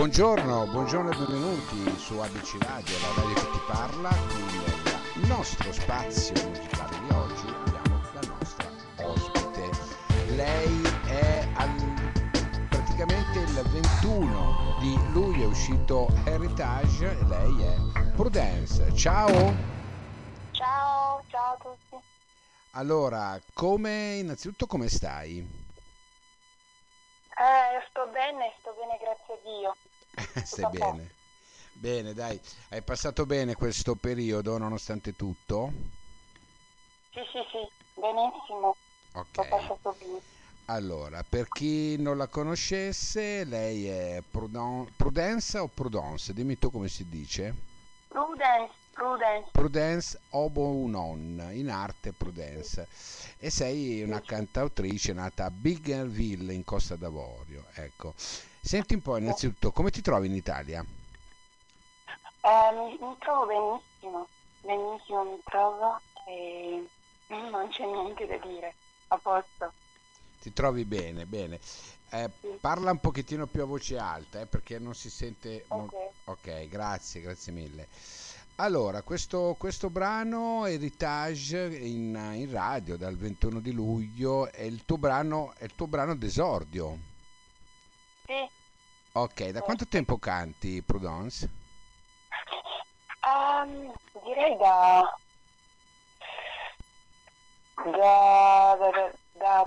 Buongiorno e benvenuti su ABC Radio, la radio che ti parla. Qui nel nostro spazio musicale di oggi abbiamo la nostra ospite. Lei è praticamente il 21 di luglio è uscito Heritage e lei è Prudence. Ciao! Ciao a tutti. Allora, innanzitutto come stai? Sto bene, grazie a Dio. Stai Tutto a posto. bene? Bene, dai, hai passato bene questo periodo nonostante tutto? Sì, benissimo. L'ho Ok. passato bene. Allora, per chi non la conoscesse, lei è Prudence o Prudence? Dimmi tu come si dice. Prudence. Prudence Obonon, in arte Prudence. E sei una Sì, cantautrice nata a Bougainville in Costa d'Avorio. Ecco. Senti un po', sì. innanzitutto, come ti trovi in Italia? Mi trovo benissimo mi trovo e non c'è niente da dire. A posto. Ti trovi bene, bene. Sì, Parla un pochettino più a voce alta, perché non si sente ok. Ok, grazie mille. Allora, questo brano Heritage in radio dal 21 di luglio è il tuo brano d'esordio. Sì, Ok, da quanto sì. tempo canti, Prudence? Direi da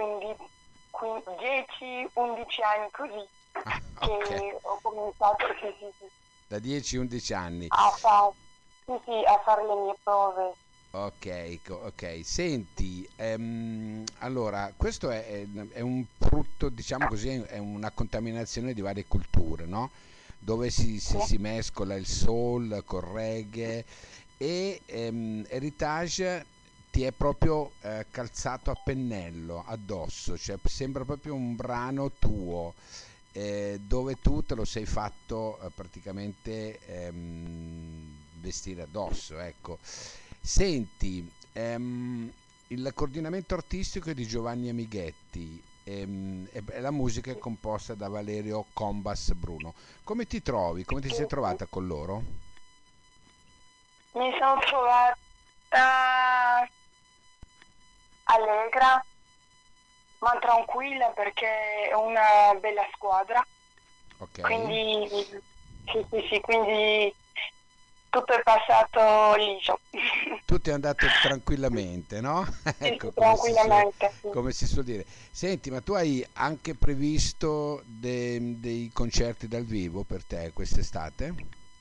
10-11 anni così Ah, ok, che ho cominciato sì, da 10-11 anni. a fare a fare le mie prove. Ok, ok. Senti, allora, questo è un frutto, diciamo così, è una contaminazione di varie culture, no? Dove Sì, si mescola il soul col reggae e Heritage ti è proprio calzato a pennello addosso, cioè sembra proprio un brano tuo, dove tu te lo sei fatto praticamente vestire addosso, ecco. Senti, il coordinamento artistico è di Giovanni Amighetti e la musica è sì, composta da Valerio Combas Bruno. Come ti trovi? Come ti sei sì. trovata con loro? Mi sono trovata allegra, ma tranquilla perché è una bella squadra. Ok? Quindi quindi tutto è passato liscio. Tutto è andato tranquillamente, no? Sì, Ecco, tranquillamente, sì. come si suol dire. Senti, ma tu hai anche previsto dei concerti dal vivo per te quest'estate?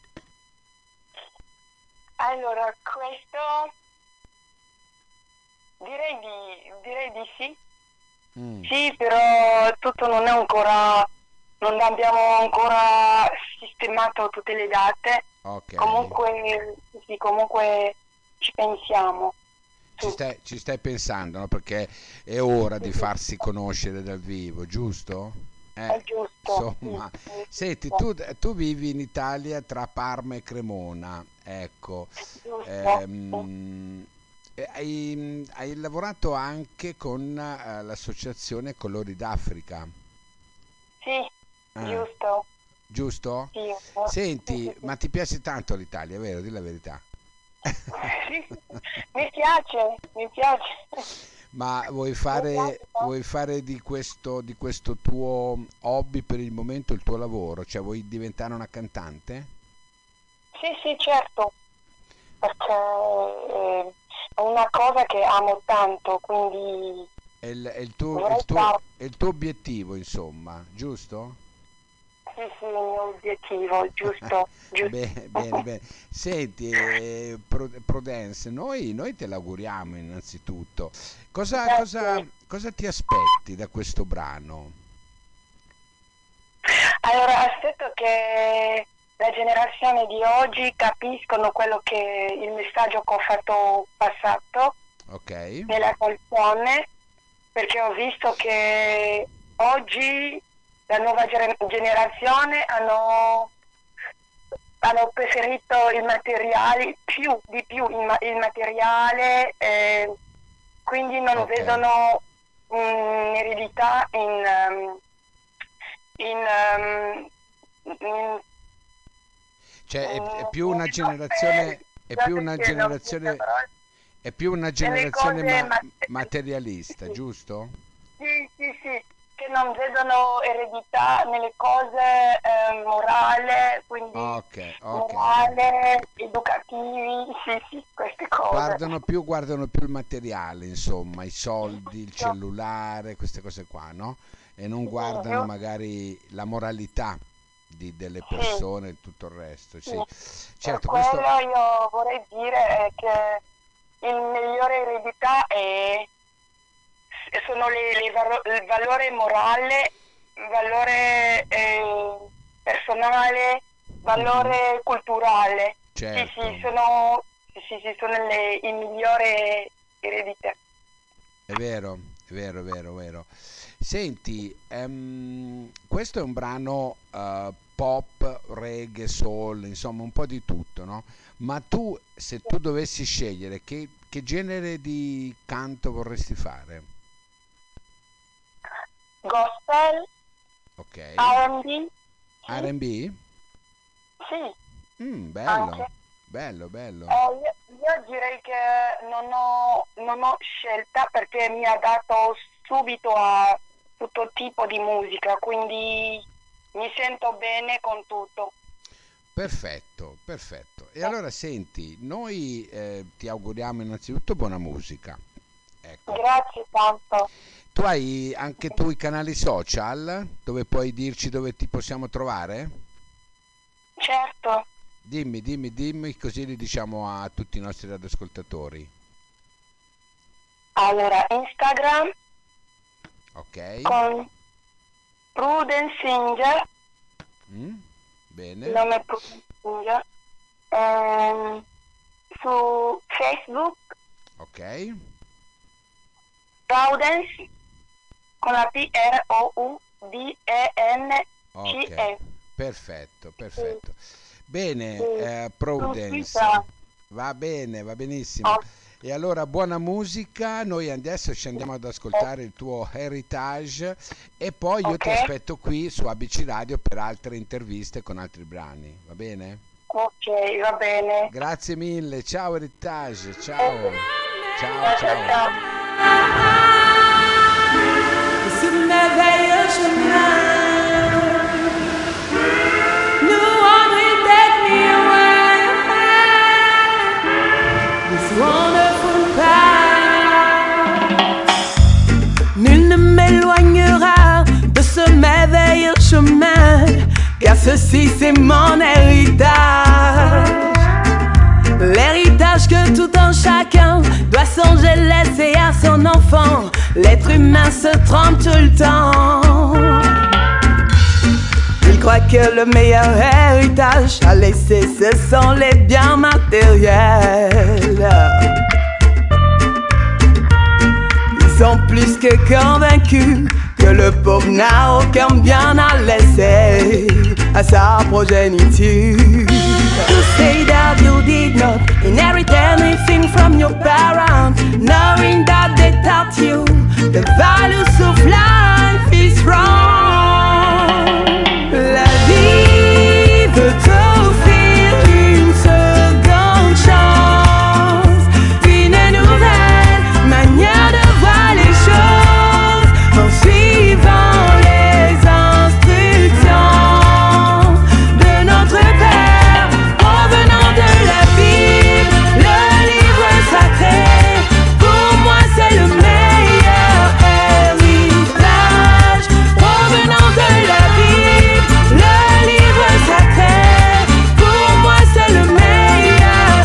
Allora, questo direi di sì. Mm, Sì, però tutto non è ancora, non abbiamo ancora sistemato tutte le date. ok. Comunque ci pensiamo. Su. Ci stai pensando, no? Perché è ora di Sì, sì, farsi conoscere dal vivo, giusto? è giusto. Sì, Insomma, è senti, giusto. tu vivi in Italia tra Parma e Cremona, ecco. Giusto. Sì, Ehm, hai lavorato anche con l'associazione Colori d'Africa, sì, eh, giusto. giusto? Sì, Senti, ma ti piace tanto l'Italia, vero? Di la verità. sì, mi piace. Ma Mi piace tanto. vuoi fare di questo tuo hobby per il momento il tuo lavoro? Cioè vuoi diventare una cantante? Sì, certo, perché è una cosa che amo tanto, quindi vorrei fare. È il tuo obiettivo, insomma, giusto? Sì, il mio obiettivo, giusto, giusto. Bene. Senti, Prudence, noi te l'auguriamo innanzitutto. Grazie. Cosa ti aspetti da questo brano? Allora, aspetto che la generazione di oggi capiscono quello che il messaggio che ho fatto passato Ok? nella canzone, perché ho visto che oggi la nuova generazione hanno preferito il materiale di più il materiale, quindi non Ok. vedono un'eredità in mm, Cioè è più una generazione, è più una generazione, è più una delle generazione cose materialista, giusto? sì, sì, sì, che non vedono eredità nelle cose morale, quindi Ok, ok. morale, educativi, sì, sì, queste cose. Guardano più il materiale, insomma, i soldi, il cellulare, queste cose qua, no? E non guardano magari la moralità delle Sì, persone e tutto il resto, sì. sì. Per Certo, questo quello io vorrei dire è che il migliore eredità sono il valore morale, il valore personale, Mhm, valore culturale. Sì, sì, certo. sono i migliori eredità. È vero, è vero, è vero, è vero. Senti, questo è un brano pop, reggae, soul, insomma un po' di tutto, no? Ma tu, se tu dovessi scegliere, che genere di canto vorresti fare? Gospel, Ok? R&B, sì, R&B? sì, Bello, anche. bello, bello. Io direi che non ho scelta perché mi ha dato subito a tutto tipo di musica, quindi mi sento bene con tutto. Perfetto, perfetto. E Eh, allora senti, noi ti auguriamo innanzitutto buona musica. Ecco. Grazie tanto. Tu hai anche tu i canali social dove puoi dirci dove ti possiamo trovare? Certo, Dimmi, dimmi, dimmi, così li diciamo a tutti i nostri radioascoltatori. allora Instagram Ok? con Prudence Singer, Mm? il Bene. nome è Prudence Singer, ehm, su Facebook Ok? Prudence con la Ok. Proudence. Perfetto, Sì, perfetto. Bene, sì. Su Prudence. Twitter. Va bene, va benissimo. Oh, E allora buona musica, noi adesso ci andiamo ad ascoltare il tuo Heritage e poi io ok, ti aspetto qui su ABC Radio per altre interviste con altri brani, va bene? ok, va bene. Grazie mille, ciao Heritage, ciao, ciao, Ciao, ciao, ciao. ciao. Ce merveilleux chemin, no one will take me away. This wonderful path. Nul ne m'éloignera de ce merveilleux chemin, car ceci c'est mon héritage. L'héritage que tout un chacun doit songer laisser à son enfant. L'être humain se trompe tout le temps. Il croit que le meilleur héritage à laisser, ce sont les biens matériels. Ils sont plus que convaincus que le pauvre n'a aucun bien à laisser à sa progéniture. To say that you did not inherit anything from your parents, knowing that they taught you the values of life is wrong. La vie veut t'offrir une seconde chance, une nouvelle manière de voir les choses en suivant les instructions de notre Père provenant de la Bible, le livre sacré. Pour moi c'est le meilleur héritage provenant de la Bible, le livre sacré. Pour moi c'est le meilleur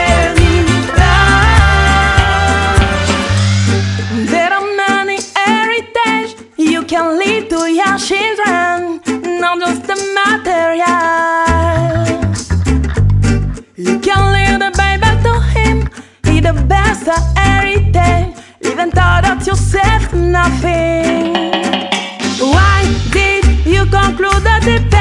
héritage. There are many heritage you can leave to your children, not just the material. You can leave the Bible to him, he the best heritage, even thought of yourself nothing. Why did you conclude that the